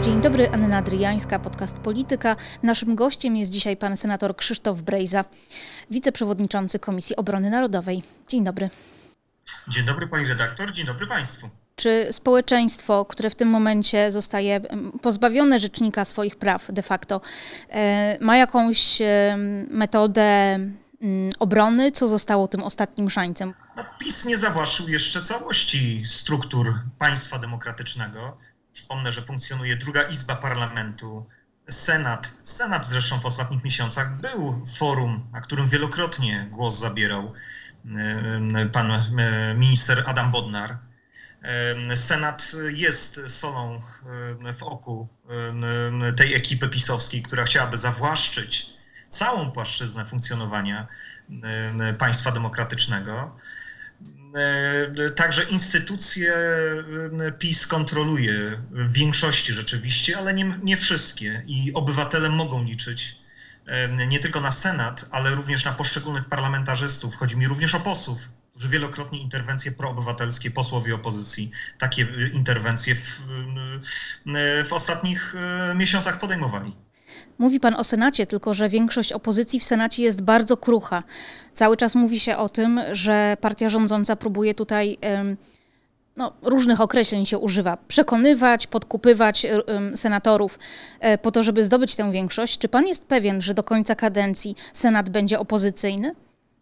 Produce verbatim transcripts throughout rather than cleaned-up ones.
Dzień dobry, Anna Adriańska, podcast Polityka. Naszym gościem jest dzisiaj pan senator Krzysztof Brejza, wiceprzewodniczący Komisji Obrony Narodowej. Dzień dobry. Dzień dobry pani redaktor, dzień dobry państwu. Czy społeczeństwo, które w tym momencie zostaje pozbawione rzecznika swoich praw de facto, ma jakąś metodę obrony? Co zostało tym ostatnim szańcem? No, PiS nie zawłaszczył jeszcze całości struktur państwa demokratycznego. Przypomnę, że funkcjonuje druga izba parlamentu, Senat. Senat zresztą w ostatnich miesiącach był forum, na którym wielokrotnie głos zabierał pan minister Adam Bodnar. Senat jest solą w oku tej ekipy pisowskiej, która chciałaby zawłaszczyć całą płaszczyznę funkcjonowania państwa demokratycznego. Także instytucje PiS kontroluje w większości rzeczywiście, ale nie, nie wszystkie. I obywatele mogą liczyć nie tylko na Senat, ale również na poszczególnych parlamentarzystów. Chodzi mi również o posłów, którzy wielokrotnie interwencje proobywatelskie, posłowie opozycji, takie interwencje w, w ostatnich miesiącach podejmowali. Mówi pan o Senacie, tylko że większość opozycji w Senacie jest bardzo krucha. Cały czas mówi się o tym, że partia rządząca próbuje tutaj, no, różnych określeń się używa, przekonywać, podkupywać senatorów po to, żeby zdobyć tę większość. Czy pan jest pewien, że do końca kadencji Senat będzie opozycyjny?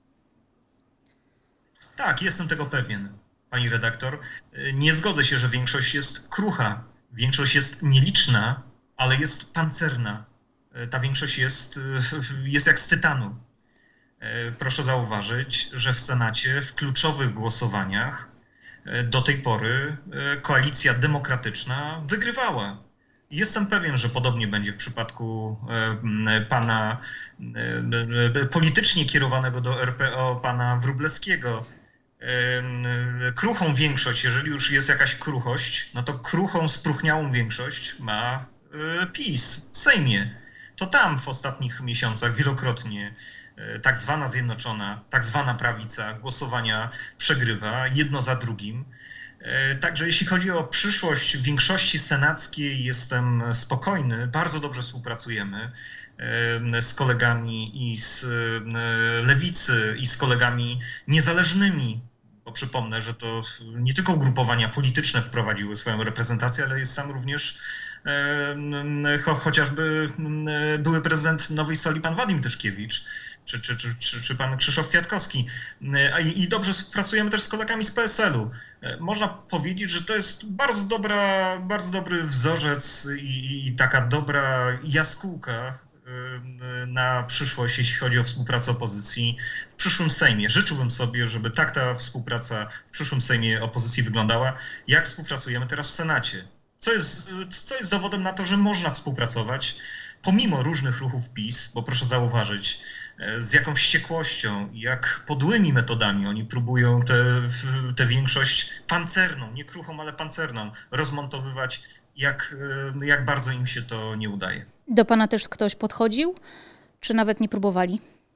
Tak, jestem tego pewien, pani redaktor. Nie zgodzę się, że większość jest krucha. Większość jest nieliczna, ale jest pancerna. Ta większość jest, jest jak z tytanu. Proszę zauważyć, że w Senacie w kluczowych głosowaniach do tej pory koalicja demokratyczna wygrywała. Jestem pewien, że podobnie będzie w przypadku pana politycznie kierowanego do R P O, pana Wróblewskiego. Kruchą większość, jeżeli już jest jakaś kruchość, no to kruchą, spróchniałą większość ma PiS w Sejmie. To tam w ostatnich miesiącach wielokrotnie tak zwana zjednoczona, tak zwana prawica głosowania przegrywa jedno za drugim. Także jeśli chodzi o przyszłość większości senackiej, jestem spokojny, bardzo dobrze współpracujemy z kolegami i z Lewicy, i z kolegami niezależnymi, bo przypomnę, że to nie tylko ugrupowania polityczne wprowadziły swoją reprezentację, ale jest sam również Cho, chociażby były prezydent Nowej Soli pan Wadim Tyszkiewicz, czy, czy, czy, czy, czy pan Krzysztof Kwiatkowski. I, I dobrze współpracujemy też z kolegami z P S L u. Można powiedzieć, że to jest bardzo, dobra, bardzo dobry wzorzec i, i taka dobra jaskółka na przyszłość, jeśli chodzi o współpracę opozycji w przyszłym Sejmie. Życzyłbym sobie, żeby tak ta współpraca w przyszłym Sejmie opozycji wyglądała, jak współpracujemy teraz w Senacie. Co jest, co jest dowodem na to, że można współpracować pomimo różnych ruchów PiS, bo proszę zauważyć, z jaką wściekłością, jak podłymi metodami oni próbują tę większość pancerną, nie kruchą, ale pancerną, rozmontowywać, jak, jak bardzo im się to nie udaje. Do pana też ktoś podchodził, czy nawet nie próbowali?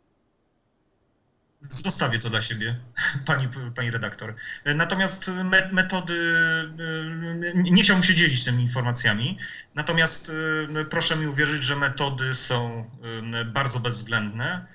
Zostawię to dla siebie, pani, pani redaktor. Natomiast me, metody, nie chciałbym się dzielić tymi informacjami, natomiast proszę mi uwierzyć, że metody są bardzo bezwzględne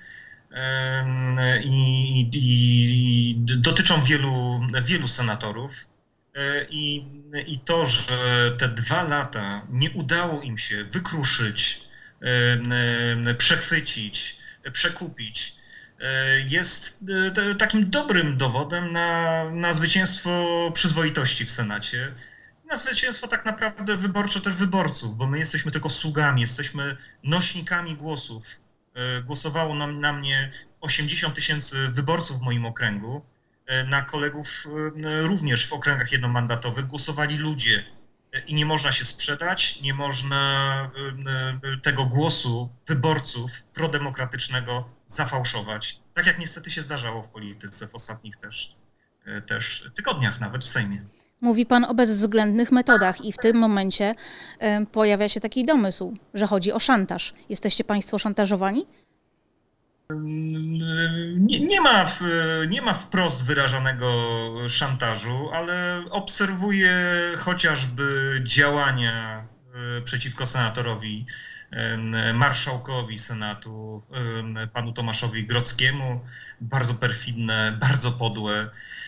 i, i, i dotyczą wielu, wielu senatorów. I, I to, że te dwa lata nie udało im się wykruszyć, przechwycić, przekupić, jest takim dobrym dowodem na, na zwycięstwo przyzwoitości w Senacie. Na zwycięstwo tak naprawdę wyborcze też wyborców, bo my jesteśmy tylko sługami, jesteśmy nośnikami głosów. Głosowało na, na mnie osiemdziesiąt tysięcy wyborców w moim okręgu. Na kolegów również w okręgach jednomandatowych głosowali ludzie. I nie można się sprzedać, nie można tego głosu wyborców prodemokratycznego zafałszować. Tak jak niestety się zdarzało w polityce w ostatnich też, też tygodniach, nawet w Sejmie. Mówi pan o bezwzględnych metodach i w tym momencie y, pojawia się taki domysł, że chodzi o szantaż. Jesteście państwo szantażowani? Nie, nie ma, nie ma wprost wyrażanego szantażu, ale obserwuję chociażby działania przeciwko senatorowi, marszałkowi Senatu, panu Tomaszowi Grodzkiemu. Bardzo perfidne, bardzo podłe.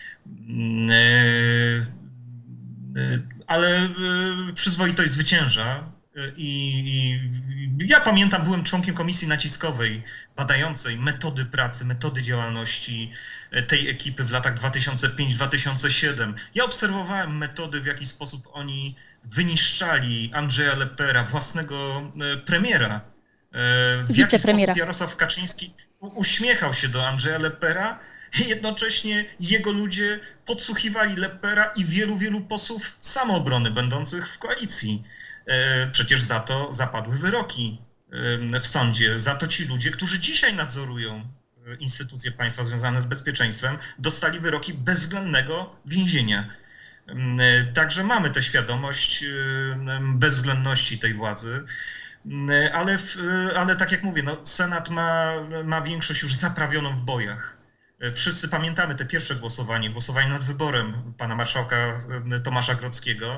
Ale przyzwoitość zwycięża. I, I ja pamiętam, byłem członkiem komisji naciskowej badającej metody pracy, metody działalności tej ekipy w latach dwa tysiące piąty do dwa tysiące siódmego. Ja obserwowałem metody, w jaki sposób oni wyniszczali Andrzeja Leppera, własnego premiera. W jaki sposób Jarosław Kaczyński uśmiechał się do Andrzeja Leppera i jednocześnie jego ludzie podsłuchiwali Leppera i wielu, wielu posłów samoobrony będących w koalicji. Przecież za to zapadły wyroki w sądzie. Za to ci ludzie, którzy dzisiaj nadzorują instytucje państwa związane z bezpieczeństwem, dostali wyroki bezwzględnego więzienia. Także mamy tę świadomość bezwzględności tej władzy. Ale, ale tak jak mówię, no, Senat ma, ma większość już zaprawioną w bojach. Wszyscy pamiętamy te pierwsze głosowanie, głosowanie nad wyborem pana marszałka Tomasza Grodzkiego.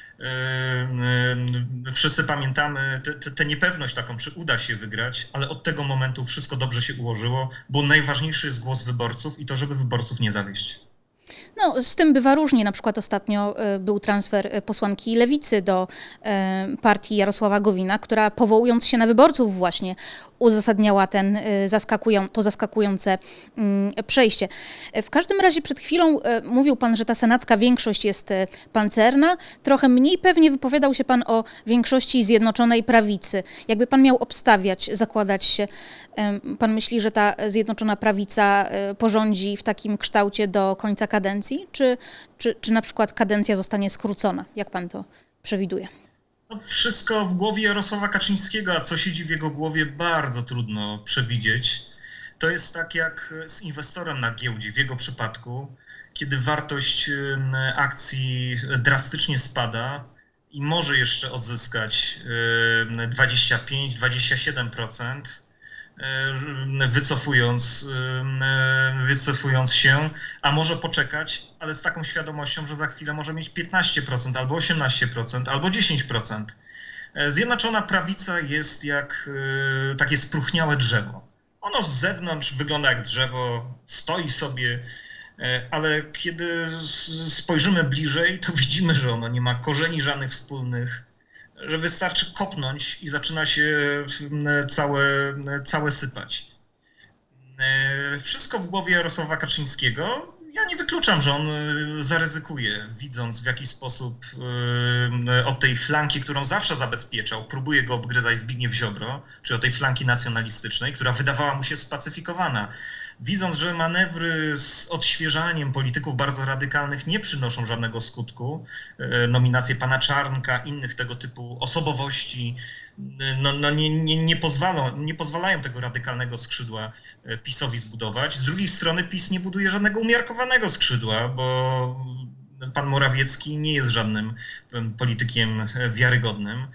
Wszyscy pamiętamy tę niepewność taką, czy uda się wygrać, ale od tego momentu wszystko dobrze się ułożyło, bo najważniejszy jest głos wyborców i to, żeby wyborców nie zawieść. No, z tym bywa różnie. Na przykład ostatnio był transfer posłanki Lewicy do partii Jarosława Gowina, która powołując się na wyborców właśnie uzasadniała ten zaskakują, to zaskakujące przejście. W każdym razie przed chwilą mówił pan, że ta senacka większość jest pancerna. Trochę mniej pewnie wypowiadał się pan o większości Zjednoczonej Prawicy. Jakby pan miał obstawiać, zakładać się, pan myśli, że ta Zjednoczona Prawica porządzi w takim kształcie do końca kadencji, czy, czy, czy na przykład kadencja zostanie skrócona? Jak pan to przewiduje? No wszystko w głowie Jarosława Kaczyńskiego, a co siedzi w jego głowie, bardzo trudno przewidzieć. To jest tak jak z inwestorem na giełdzie w jego przypadku, kiedy wartość akcji drastycznie spada i może jeszcze odzyskać dwadzieścia pięć do dwudziestu siedmiu procent. Wycofując, wycofując się, a może poczekać, ale z taką świadomością, że za chwilę może mieć piętnaście procent, albo osiemnaście procent, albo dziesięć procent. Zjednoczona Prawica jest jak takie spróchniałe drzewo. Ono z zewnątrz wygląda jak drzewo, stoi sobie, ale kiedy spojrzymy bliżej, to widzimy, że ono nie ma korzeni żadnych wspólnych, że wystarczy kopnąć i zaczyna się całe, całe sypać. Wszystko w głowie Jarosława Kaczyńskiego. Ja nie wykluczam, że on zaryzykuje, widząc w jaki sposób od tej flanki, którą zawsze zabezpieczał, próbuje go obgryzać Zbigniew Ziobro, czyli od tej flanki nacjonalistycznej, która wydawała mu się spacyfikowana. Widząc, że manewry z odświeżaniem polityków bardzo radykalnych nie przynoszą żadnego skutku, nominacje pana Czarnka, innych tego typu osobowości no, no nie, nie, nie, pozwalą, nie pozwalają tego radykalnego skrzydła PiS-owi zbudować. Z drugiej strony PiS nie buduje żadnego umiarkowanego skrzydła, bo pan Morawiecki nie jest żadnym politykiem wiarygodnym.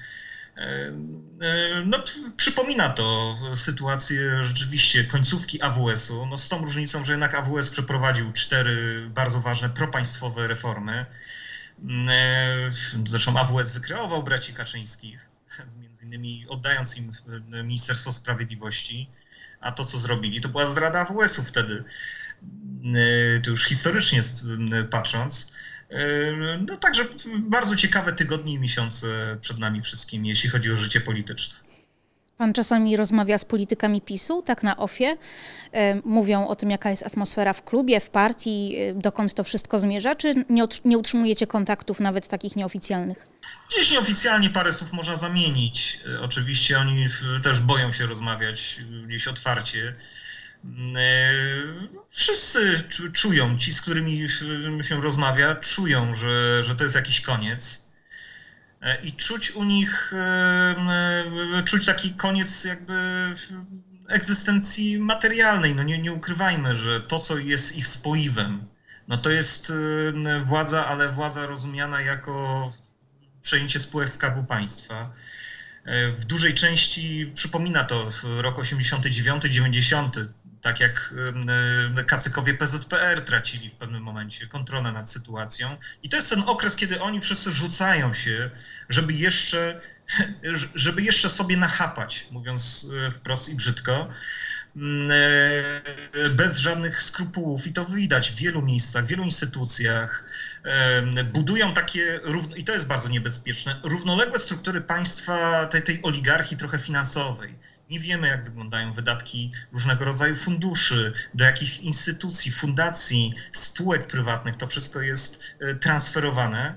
No, przypomina to sytuację rzeczywiście końcówki A W S-u, no z tą różnicą, że jednak A W S przeprowadził cztery bardzo ważne propaństwowe reformy. Zresztą A W S wykreował braci Kaczyńskich, między innymi oddając im Ministerstwo Sprawiedliwości, a to, co zrobili, to była zdrada A W S-u wtedy, to już historycznie patrząc. No także bardzo ciekawe tygodnie i miesiące przed nami wszystkimi, jeśli chodzi o życie polityczne. Pan czasami rozmawia z politykami PiS-u, tak na ofie. Mówią o tym, jaka jest atmosfera w klubie, w partii, dokąd to wszystko zmierza, czy nie utrzymujecie kontaktów nawet takich nieoficjalnych? Gdzieś nieoficjalnie parę słów można zamienić. Oczywiście oni też boją się rozmawiać gdzieś otwarcie. Wszyscy czują, ci, z którymi się rozmawia, czują, że, że to jest jakiś koniec. I czuć u nich, czuć taki koniec jakby egzystencji materialnej. No nie, nie ukrywajmy, że to, co jest ich spoiwem, no to jest władza, ale władza rozumiana jako przejęcie spółek Skarbu Państwa. W dużej części przypomina to rok osiemdziesiąty dziewiąty dziewięćdziesiąty. Tak jak kacykowie P Z P R tracili w pewnym momencie kontrolę nad sytuacją. I to jest ten okres, kiedy oni wszyscy rzucają się, żeby jeszcze żeby jeszcze sobie nachapać, mówiąc wprost i brzydko, bez żadnych skrupułów, i to widać w wielu miejscach, w wielu instytucjach, budują takie, i to jest bardzo niebezpieczne, równoległe struktury państwa, tej, tej oligarchii trochę finansowej. Nie wiemy, jak wyglądają wydatki różnego rodzaju funduszy, do jakich instytucji, fundacji, spółek prywatnych to wszystko jest transferowane,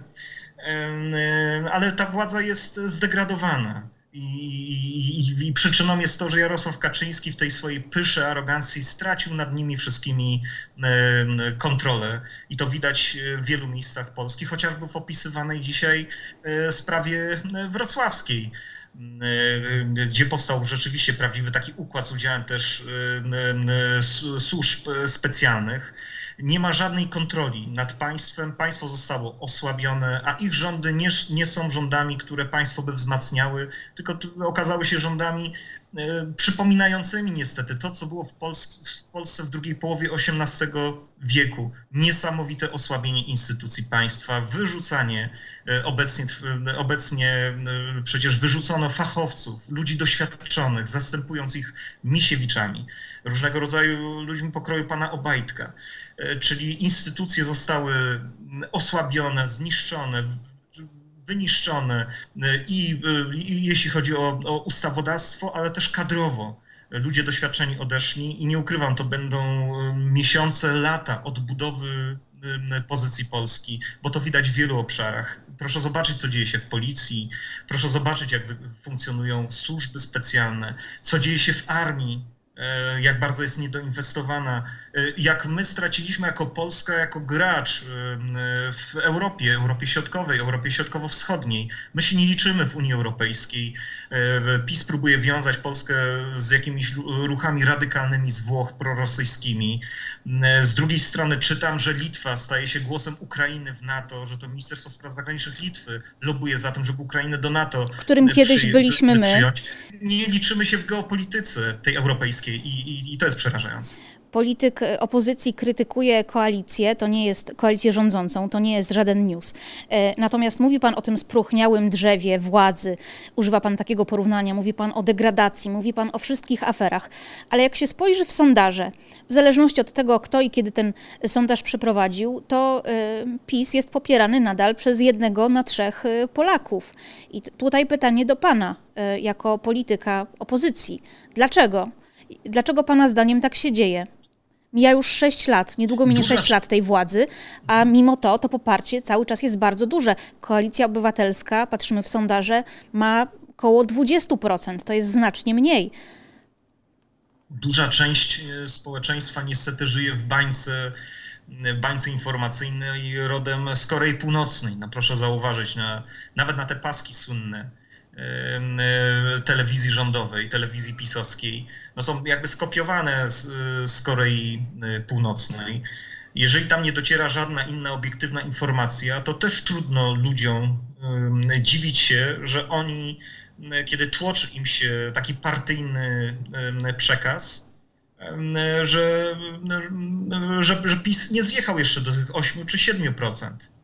ale ta władza jest zdegradowana. I, i, I przyczyną jest to, że Jarosław Kaczyński w tej swojej pysze, arogancji stracił nad nimi wszystkimi kontrolę. I to widać w wielu miejscach Polski, chociażby w opisywanej dzisiaj sprawie wrocławskiej, gdzie powstał rzeczywiście prawdziwy taki układ z udziałem też służb specjalnych. Nie ma żadnej kontroli nad państwem, państwo zostało osłabione, a ich rządy nie, nie są rządami, które państwo by wzmacniały, tylko okazały się rządami e, przypominającymi niestety to, co było w, Pols w Polsce w drugiej połowie osiemnastego wieku. Niesamowite osłabienie instytucji państwa, wyrzucanie, e, obecnie, e, obecnie e, przecież wyrzucono fachowców, ludzi doświadczonych, zastępując ich Misiewiczami, różnego rodzaju ludźmi pokroju pana Obajtka. Czyli instytucje zostały osłabione, zniszczone, wyniszczone i, i jeśli chodzi o, o ustawodawstwo, ale też kadrowo. Ludzie doświadczeni odeszli i nie ukrywam, to będą miesiące, lata odbudowy pozycji Polski, bo to widać w wielu obszarach. Proszę zobaczyć, co dzieje się w policji, proszę zobaczyć, jak funkcjonują służby specjalne, co dzieje się w armii, jak bardzo jest niedoinwestowana, jak my straciliśmy jako Polska, jako gracz w Europie, Europie Środkowej, Europie Środkowo-Wschodniej. My się nie liczymy w Unii Europejskiej. PiS próbuje wiązać Polskę z jakimiś ruchami radykalnymi z Włoch prorosyjskimi. Z drugiej strony czytam, że Litwa staje się głosem Ukrainy w NATO, że to Ministerstwo Spraw Zagranicznych Litwy lobuje za tym, żeby Ukrainę do NATO którym kiedyś byliśmy my. Przyjąć. Nie liczymy się w geopolityce tej europejskiej i, i, i to jest przerażające. Polityk opozycji krytykuje koalicję, to nie jest koalicję rządzącą, to nie jest żaden news. Natomiast mówi pan o tym spróchniałym drzewie władzy, używa pan takiego porównania, mówi pan o degradacji, mówi pan o wszystkich aferach, ale jak się spojrzy w sondaże, w zależności od tego, kto i kiedy ten sondaż przeprowadził, to PiS jest popierany nadal przez jednego na trzech Polaków. I tutaj pytanie do pana, jako polityka opozycji. Dlaczego? Dlaczego pana zdaniem tak się dzieje? Mija już sześć lat, niedługo minie sześć lat tej władzy, a mimo to to poparcie cały czas jest bardzo duże. Koalicja Obywatelska, patrzymy w sondaże, ma około dwadzieścia procent, to jest znacznie mniej. Duża część społeczeństwa niestety żyje w bańce, bańce informacyjnej rodem z Korei Północnej. No proszę zauważyć, na, nawet na te paski słynne telewizji rządowej, telewizji pisowskiej, no są jakby skopiowane z, z Korei Północnej. Jeżeli tam nie dociera żadna inna obiektywna informacja, to też trudno ludziom um, dziwić się, że oni, kiedy tłoczy im się taki partyjny um, przekaz, um, że, że, że PiS nie zjechał jeszcze do tych ośmiu czy siedmiu procent.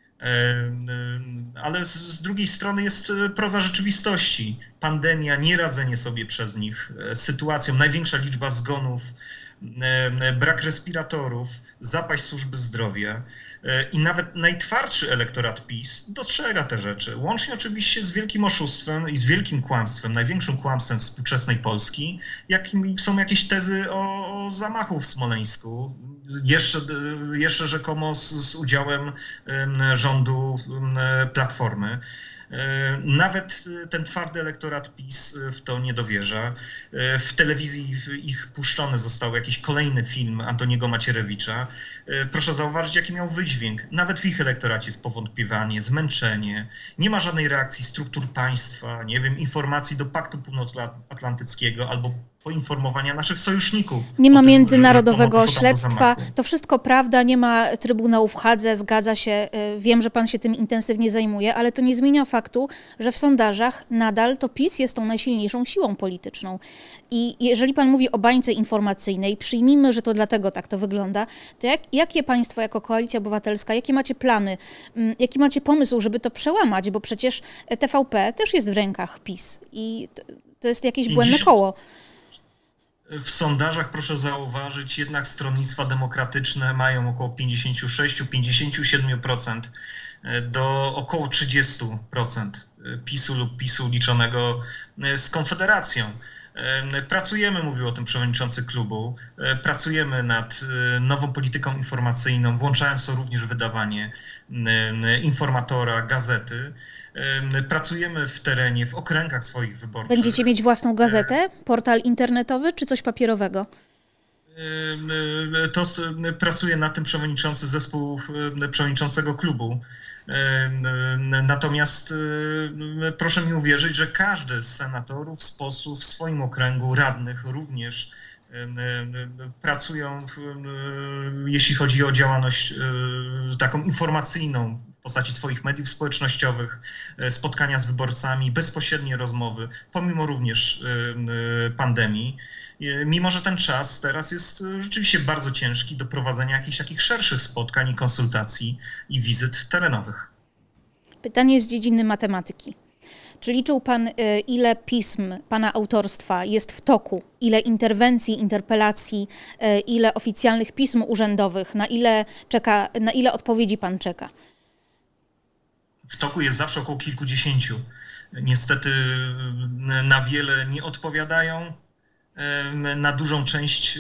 Ale z drugiej strony jest proza rzeczywistości. Pandemia, nieradzenie sobie przez nich sytuacją, największa liczba zgonów, brak respiratorów, zapaść służby zdrowia. I nawet najtwardszy elektorat PiS dostrzega te rzeczy. Łącznie oczywiście z wielkim oszustwem i z wielkim kłamstwem, największym kłamstwem współczesnej Polski, jakim są jakieś tezy o, o zamachu w Smoleńsku. Jeszcze, jeszcze rzekomo z, z udziałem rządu Platformy. Nawet ten twardy elektorat PiS w to nie dowierza. W telewizji ich puszczony został jakiś kolejny film Antoniego Macierewicza. Proszę zauważyć, jaki miał wydźwięk. Nawet w ich elektoracie jest powątpiewanie, zmęczenie. Nie ma żadnej reakcji struktur państwa, nie wiem, informacji do Paktu Północnoatlantyckiego albo poinformowania naszych sojuszników. Nie ma tym, międzynarodowego że śledztwa. To wszystko prawda, nie ma Trybunału w Hadze, zgadza się. Wiem, że pan się tym intensywnie zajmuje, ale to nie zmienia faktu, że w sondażach nadal to PiS jest tą najsilniejszą siłą polityczną. I jeżeli pan mówi o bańce informacyjnej, przyjmijmy, że to dlatego tak to wygląda, to jak, jakie państwo jako Koalicja Obywatelska, jakie macie plany, jaki macie pomysł, żeby to przełamać, bo przecież T V P też jest w rękach PiS i to, to jest jakieś błędne koło. W sondażach, proszę zauważyć, jednak stronnictwa demokratyczne mają około pięćdziesiąt sześć do pięćdziesięciu siedmiu procent do około trzydziestu procent PiSu lub PiSu liczonego z Konfederacją. Pracujemy, mówił o tym przewodniczący klubu, pracujemy nad nową polityką informacyjną, włączając to również wydawanie informatora, gazety. Pracujemy w terenie, w okręgach swoich wyborczych. Będziecie mieć własną gazetę, portal internetowy czy coś papierowego? To pracuje nad tym przewodniczący zespół przewodniczącego klubu. Natomiast proszę mi uwierzyć, że każdy z senatorów, z posłów w swoim okręgu, radnych również pracują, jeśli chodzi o działalność taką informacyjną w postaci swoich mediów społecznościowych, spotkania z wyborcami, bezpośrednie rozmowy, pomimo również pandemii. Mimo że ten czas teraz jest rzeczywiście bardzo ciężki do prowadzenia jakichś takich szerszych spotkań i konsultacji i wizyt terenowych. Pytanie z dziedziny matematyki. Czy liczył pan, ile pism pana autorstwa jest w toku, ile interwencji, interpelacji, ile oficjalnych pism urzędowych, na ile czeka, na ile odpowiedzi pan czeka? W toku jest zawsze około kilkudziesięciu. Niestety na wiele nie odpowiadają. Na dużą część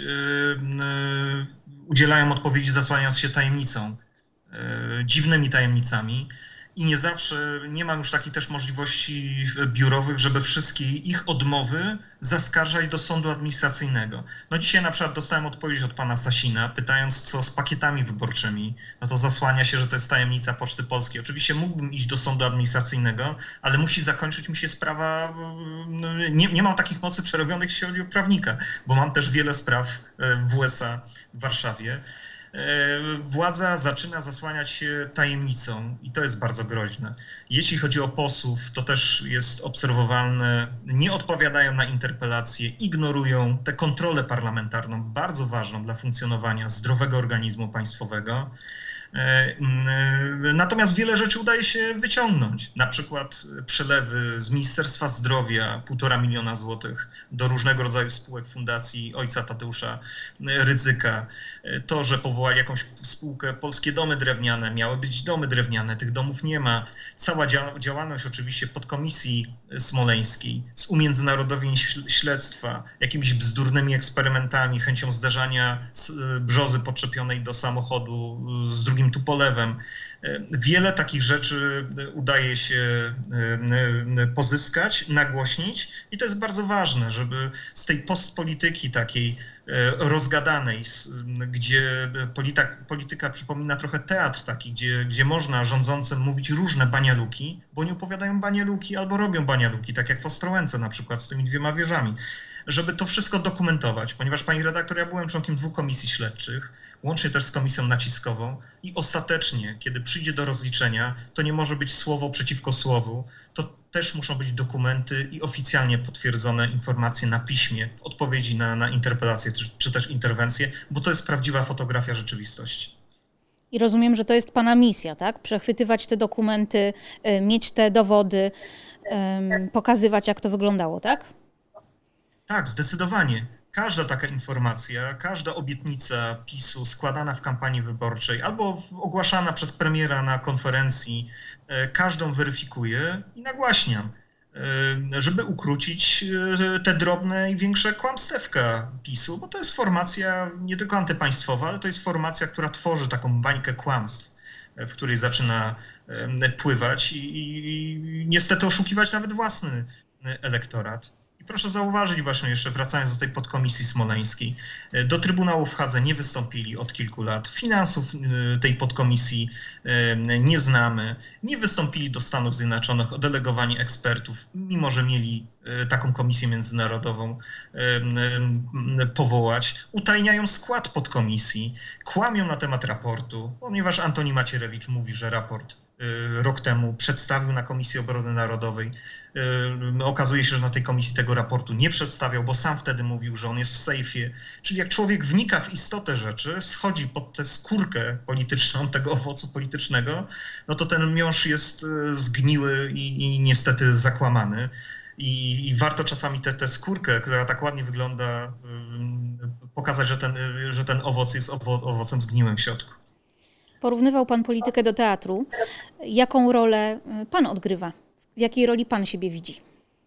udzielają odpowiedzi zasłaniając się tajemnicą, dziwnymi tajemnicami i nie zawsze, nie mam już takich też możliwości biurowych, żeby wszystkie ich odmowy zaskarżać do sądu administracyjnego. No dzisiaj na przykład dostałem odpowiedź od pana Sasina, pytając co z pakietami wyborczymi. No to zasłania się, że to jest tajemnica Poczty Polskiej. Oczywiście mógłbym iść do sądu administracyjnego, ale musi zakończyć mi się sprawa, nie, nie mam takich mocy przerobionych, jeśli chodzi o prawnika, bo mam też wiele spraw w U S A w Warszawie. Władza zaczyna zasłaniać się tajemnicą i to jest bardzo groźne. Jeśli chodzi o posłów, to też jest obserwowalne, nie odpowiadają na interpelacje, ignorują tę kontrolę parlamentarną, bardzo ważną dla funkcjonowania zdrowego organizmu państwowego. Natomiast wiele rzeczy udaje się wyciągnąć, na przykład przelewy z Ministerstwa Zdrowia, półtora miliona złotych do różnego rodzaju spółek fundacji ojca Tadeusza Rydzyka. To, że powołali jakąś spółkę Polskie Domy Drewniane, miały być domy drewniane, tych domów nie ma. Cała działalność oczywiście podkomisji smoleńskiej z umiędzynarodowień śledztwa, jakimiś bzdurnymi eksperymentami, chęcią zderzania brzozy podczepionej do samochodu z drugim Tupolewem. Wiele takich rzeczy udaje się pozyskać, nagłośnić i to jest bardzo ważne, żeby z tej postpolityki takiej rozgadanej, gdzie polityka, polityka przypomina trochę teatr taki, gdzie, gdzie można rządzącym mówić różne banialuki, bo oni opowiadają banialuki albo robią banialuki, tak jak w Ostrołęce na przykład z tymi dwiema wieżami, żeby to wszystko dokumentować, ponieważ pani redaktor, ja byłem członkiem dwóch komisji śledczych, łącznie też z komisją naciskową i ostatecznie, kiedy przyjdzie do rozliczenia, to nie może być słowo przeciwko słowu, to też muszą być dokumenty i oficjalnie potwierdzone informacje na piśmie w odpowiedzi na, na interpelacje czy, czy też interwencje, bo to jest prawdziwa fotografia rzeczywistości. I rozumiem, że to jest pana misja, tak? Przechwytywać te dokumenty, mieć te dowody, pokazywać, jak to wyglądało, tak? Tak, zdecydowanie. Każda taka informacja, każda obietnica PiSu składana w kampanii wyborczej albo ogłaszana przez premiera na konferencji, każdą weryfikuję i nagłaśniam, żeby ukrócić te drobne i większe kłamstewka PiSu, bo to jest formacja nie tylko antypaństwowa, ale to jest formacja, która tworzy taką bańkę kłamstw, w której zaczyna pływać i, i niestety oszukiwać nawet własny elektorat. Proszę zauważyć właśnie jeszcze, wracając do tej podkomisji smoleńskiej, do Trybunału w Hadze nie wystąpili od kilku lat, finansów tej podkomisji nie znamy, nie wystąpili do Stanów Zjednoczonych o delegowanie ekspertów, mimo że mieli taką komisję międzynarodową powołać, utajniają skład podkomisji, kłamią na temat raportu, ponieważ Antoni Macierewicz mówi, że raport rok temu przedstawił na Komisji Obrony Narodowej. Okazuje się, że na tej komisji tego raportu nie przedstawiał, bo sam wtedy mówił, że on jest w sejfie. Czyli jak człowiek wnika w istotę rzeczy, schodzi pod tę skórkę polityczną tego owocu politycznego, no to ten miąższ jest zgniły i, i niestety zakłamany. I, i warto czasami tę skórkę, która tak ładnie wygląda, pokazać, że ten, że ten owoc jest owo, owocem zgniłym w środku. Porównywał pan politykę do teatru. Jaką rolę pan odgrywa? W jakiej roli pan siebie widzi?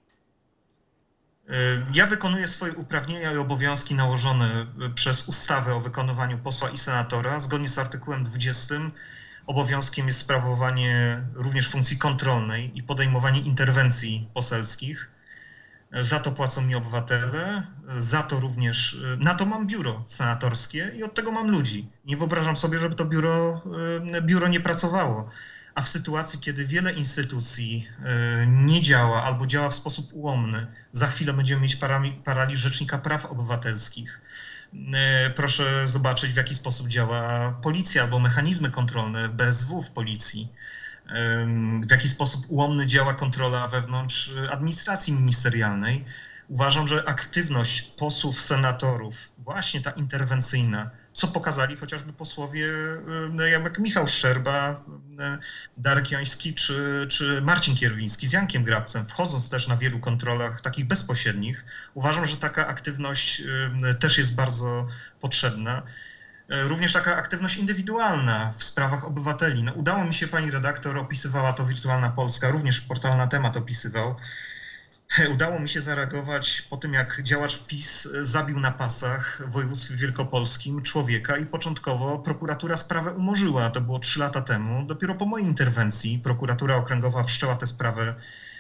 Ja wykonuję swoje uprawnienia i obowiązki nałożone przez ustawę o wykonywaniu posła i senatora. Zgodnie z artykułem dwudziestym obowiązkiem jest sprawowanie również funkcji kontrolnej i podejmowanie interwencji poselskich. Za to płacą mi obywatele, za to również, na to mam biuro senatorskie i od tego mam ludzi. Nie wyobrażam sobie, żeby to biuro, biuro nie pracowało. A w sytuacji, kiedy wiele instytucji nie działa albo działa w sposób ułomny, za chwilę będziemy mieć paraliż Rzecznika Praw Obywatelskich. Proszę zobaczyć, w jaki sposób działa policja albo mechanizmy kontrolne B S W w policji. W jaki sposób ułomny działa kontrola wewnątrz administracji ministerialnej. Uważam, że aktywność posłów, senatorów, właśnie ta interwencyjna, co pokazali chociażby posłowie jak Michał Szczerba, Darek Joński czy, czy Marcin Kierwiński z Jankiem Grabcem, wchodząc też na wielu kontrolach takich bezpośrednich, uważam, że taka aktywność też jest bardzo potrzebna. Również taka aktywność indywidualna w sprawach obywateli. No, udało mi się, pani redaktor opisywała to Wirtualna Polska, również portal Na Temat opisywał. Udało mi się zareagować po tym, jak działacz PiS zabił na pasach w województwie wielkopolskim człowieka i początkowo prokuratura sprawę umorzyła. To było trzy lata temu. Dopiero po mojej interwencji prokuratura okręgowa wszczęła tę sprawę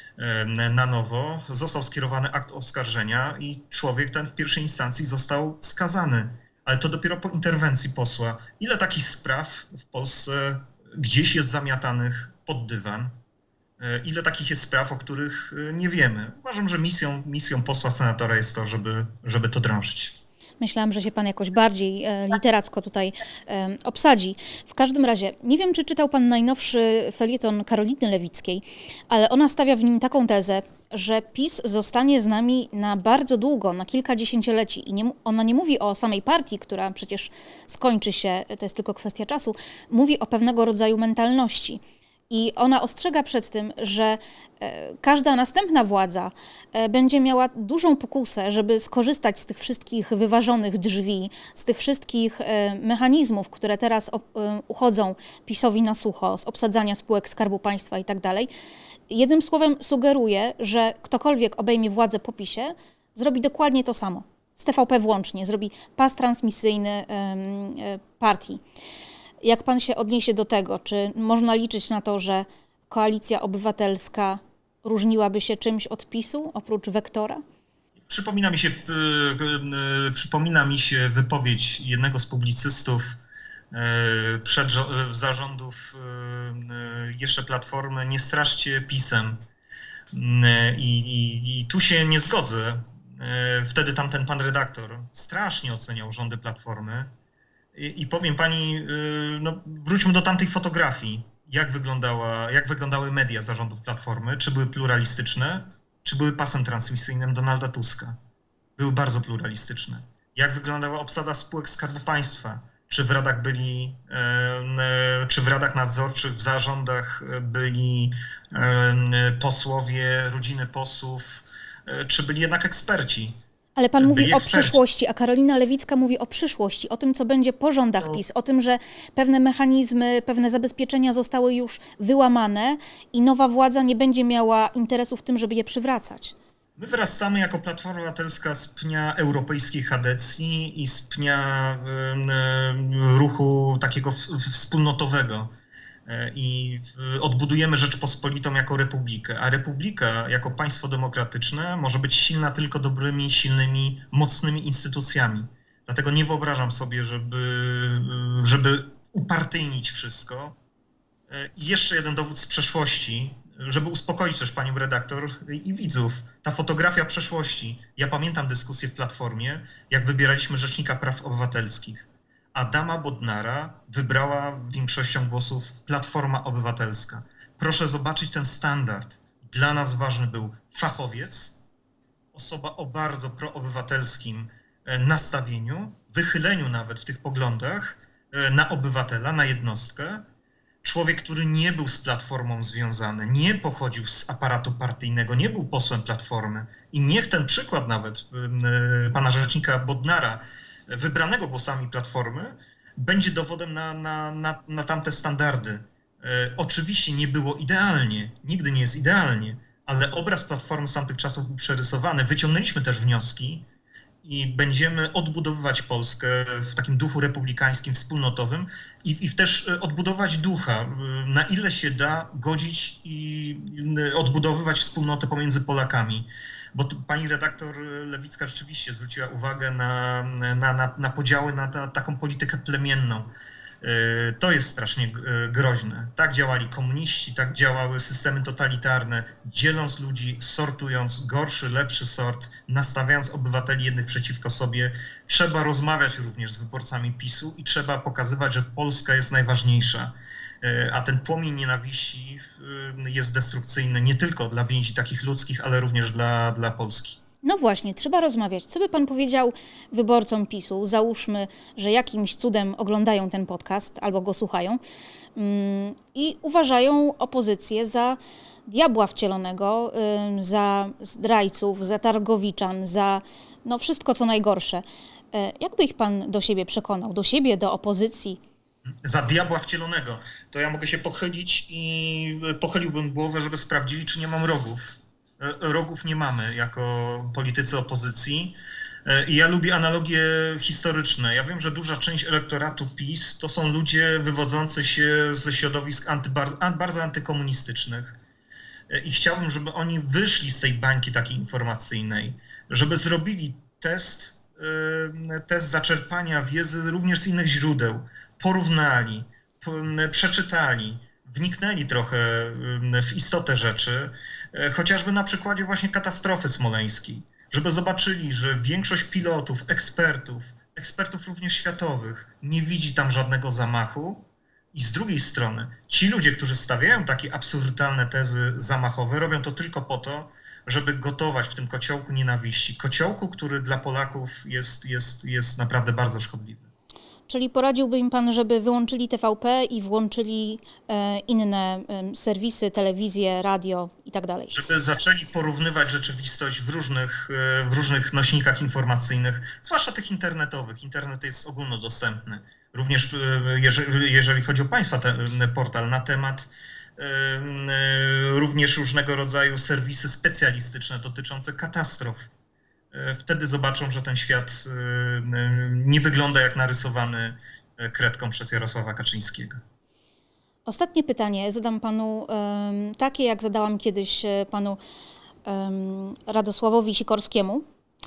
na nowo. Został skierowany akt oskarżenia i człowiek ten w pierwszej instancji został skazany. Ale to dopiero po interwencji posła. Ile takich spraw w Polsce gdzieś jest zamiatanych pod dywan? Ile takich jest spraw, o których nie wiemy? Uważam, że misją, misją posła, senatora jest to, żeby, żeby to drążyć. Myślałam, że się pan jakoś bardziej e, literacko tutaj e, obsadzi. W każdym razie, nie wiem, czy czytał pan najnowszy felieton Karoliny Lewickiej, ale ona stawia w nim taką tezę, że PiS zostanie z nami na bardzo długo, na kilka dziesięcioleci. I nie, ona nie mówi o samej partii, która przecież skończy się, to jest tylko kwestia czasu, mówi o pewnego rodzaju mentalności. I ona ostrzega przed tym, że każda następna władza będzie miała dużą pokusę, żeby skorzystać z tych wszystkich wyważonych drzwi, z tych wszystkich mechanizmów, które teraz uchodzą PiS-owi na sucho, z obsadzania spółek Skarbu Państwa i tak dalej. Jednym słowem sugeruje, że ktokolwiek obejmie władzę po PiS-ie, zrobi dokładnie to samo. Z T V P włącznie, zrobi pas transmisyjny partii. Jak pan się odniesie do tego? Czy można liczyć na to, że Koalicja Obywatelska różniłaby się czymś od PiS-u, oprócz wektora? Przypomina mi się, przypomina mi się wypowiedź jednego z publicystów przed zarządów jeszcze Platformy: nie straszcie PiS-em. I, i, I tu się nie zgodzę. Wtedy tamten pan redaktor strasznie oceniał rządy Platformy. I, i powiem pani, no wróćmy do tamtej fotografii. Jak wyglądała, jak wyglądały media zarządów Platformy? Czy były pluralistyczne, czy były pasem transmisyjnym Donalda Tuska? Były bardzo pluralistyczne. Jak wyglądała obsada spółek Skarbu Państwa? Czy w radach byli, czy w radach nadzorczych, w zarządach byli posłowie, rodziny posłów, czy byli jednak eksperci? Ale pan mówi o eksperci. przyszłości, a Karolina Lewicka mówi o przyszłości, o tym, co będzie po rządach To... PiS, o tym, że pewne mechanizmy, pewne zabezpieczenia zostały już wyłamane i nowa władza nie będzie miała interesu w tym, żeby je przywracać. My wyrastamy jako Platforma Obywatelska z pnia europejskiej chadecji i z pnia y, ruchu takiego wspólnotowego. I odbudujemy Rzeczpospolitą jako republikę, a republika jako państwo demokratyczne może być silna tylko dobrymi, silnymi, mocnymi instytucjami. Dlatego nie wyobrażam sobie, żeby, żeby upartyjnić wszystko. I jeszcze jeden dowód z przeszłości. żeby uspokoić też panią redaktor i widzów, ta fotografia przeszłości. Ja pamiętam dyskusję w Platformie, jak wybieraliśmy Rzecznika Praw Obywatelskich. Adama Bodnara wybrała większością głosów Platforma Obywatelska. Proszę zobaczyć ten standard. Dla nas ważny był fachowiec, osoba o bardzo proobywatelskim nastawieniu, wychyleniu nawet w tych poglądach na obywatela, na jednostkę. Człowiek, który nie był z Platformą związany, nie pochodził z aparatu partyjnego, nie był posłem Platformy. I niech ten przykład nawet pana rzecznika Bodnara, wybranego głosami Platformy, będzie dowodem na, na, na, na tamte standardy. E, oczywiście nie było idealnie, nigdy nie jest idealnie, ale obraz Platformy z tamtych czasów był przerysowany. Wyciągnęliśmy też wnioski i będziemy odbudowywać Polskę w takim duchu republikańskim, wspólnotowym i, i też odbudować ducha, na ile się da godzić i odbudowywać wspólnotę pomiędzy Polakami. Bo tu pani redaktor Lewicka rzeczywiście zwróciła uwagę na, na, na, na podziały, na ta, taką politykę plemienną. To jest strasznie groźne. Tak działali komuniści, tak działały systemy totalitarne, dzieląc ludzi, sortując gorszy, lepszy sort, nastawiając obywateli jednych przeciwko sobie. Trzeba rozmawiać również z wyborcami PiSu i trzeba pokazywać, że Polska jest najważniejsza. A ten płomień nienawiści jest destrukcyjny nie tylko dla więzi takich ludzkich, ale również dla, dla Polski. No właśnie, trzeba rozmawiać. Co by pan powiedział wyborcom PiSu? Załóżmy, że jakimś cudem oglądają ten podcast albo go słuchają yy, i uważają opozycję za diabła wcielonego, yy, za zdrajców, za targowiczan, za no, wszystko co najgorsze. Yy, jak by ich pan do siebie przekonał? Do siebie, do opozycji? Za diabła wcielonego. To ja mogę się pochylić i pochyliłbym głowę, żeby sprawdzili, czy nie mam rogów. Rogów nie mamy jako politycy opozycji. I ja lubię analogie historyczne. Ja wiem, że duża część elektoratu PiS to są ludzie wywodzący się ze środowisk anty, bardzo antykomunistycznych. I chciałbym, żeby oni wyszli z tej bańki takiej informacyjnej, żeby zrobili test, test zaczerpania wiedzy również z innych źródeł, porównali, przeczytali, wniknęli trochę w istotę rzeczy, chociażby na przykładzie właśnie katastrofy smoleńskiej, żeby zobaczyli, że większość pilotów, ekspertów, ekspertów również światowych nie widzi tam żadnego zamachu i z drugiej strony ci ludzie, którzy stawiają takie absurdalne tezy zamachowe, robią to tylko po to, żeby gotować w tym kociołku nienawiści, kociołku, który dla Polaków jest, jest, jest naprawdę bardzo szkodliwy. Czyli poradziłby im pan, żeby wyłączyli T V P i włączyli e, inne e, serwisy, telewizję, radio i tak dalej. Żeby zaczęli porównywać rzeczywistość w różnych, w różnych nośnikach informacyjnych, zwłaszcza tych internetowych. Internet jest ogólnodostępny. Również jeżeli, jeżeli chodzi o państwa te, portal na temat, również różnego rodzaju serwisy specjalistyczne dotyczące katastrof. Wtedy zobaczą, że ten świat nie wygląda jak narysowany kredką przez Jarosława Kaczyńskiego. Ostatnie pytanie zadam panu um, takie, jak zadałam kiedyś panu um, Radosławowi Sikorskiemu.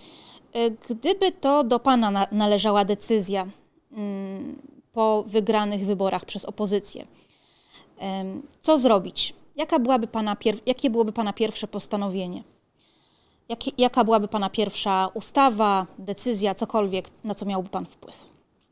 Gdyby to do pana na, należała decyzja um, po wygranych wyborach przez opozycję, um, co zrobić? Jaka byłaby pana pier- jakie byłoby pana pierwsze postanowienie? Jak, jaka byłaby pana pierwsza ustawa, decyzja, cokolwiek, na co miałby pan wpływ?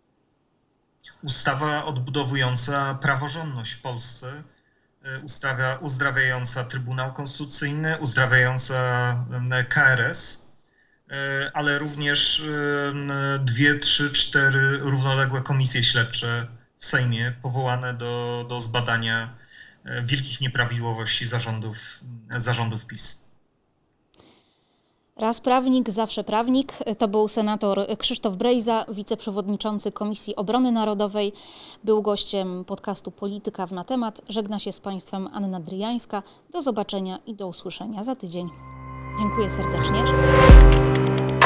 Ustawa odbudowująca praworządność w Polsce, ustawa uzdrawiająca Trybunał Konstytucyjny, uzdrawiająca K R S, ale również dwie, trzy, cztery równoległe komisje śledcze w Sejmie powołane do, do zbadania wielkich nieprawidłowości zarządów, zarządów PiS. Raz prawnik, zawsze prawnik. To był senator Krzysztof Brejza, wiceprzewodniczący Komisji Obrony Narodowej. Był gościem podcastu Polityka w Na Temat. Żegna się z państwem Anna Dryjańska. Do zobaczenia i do usłyszenia za tydzień. Dziękuję serdecznie.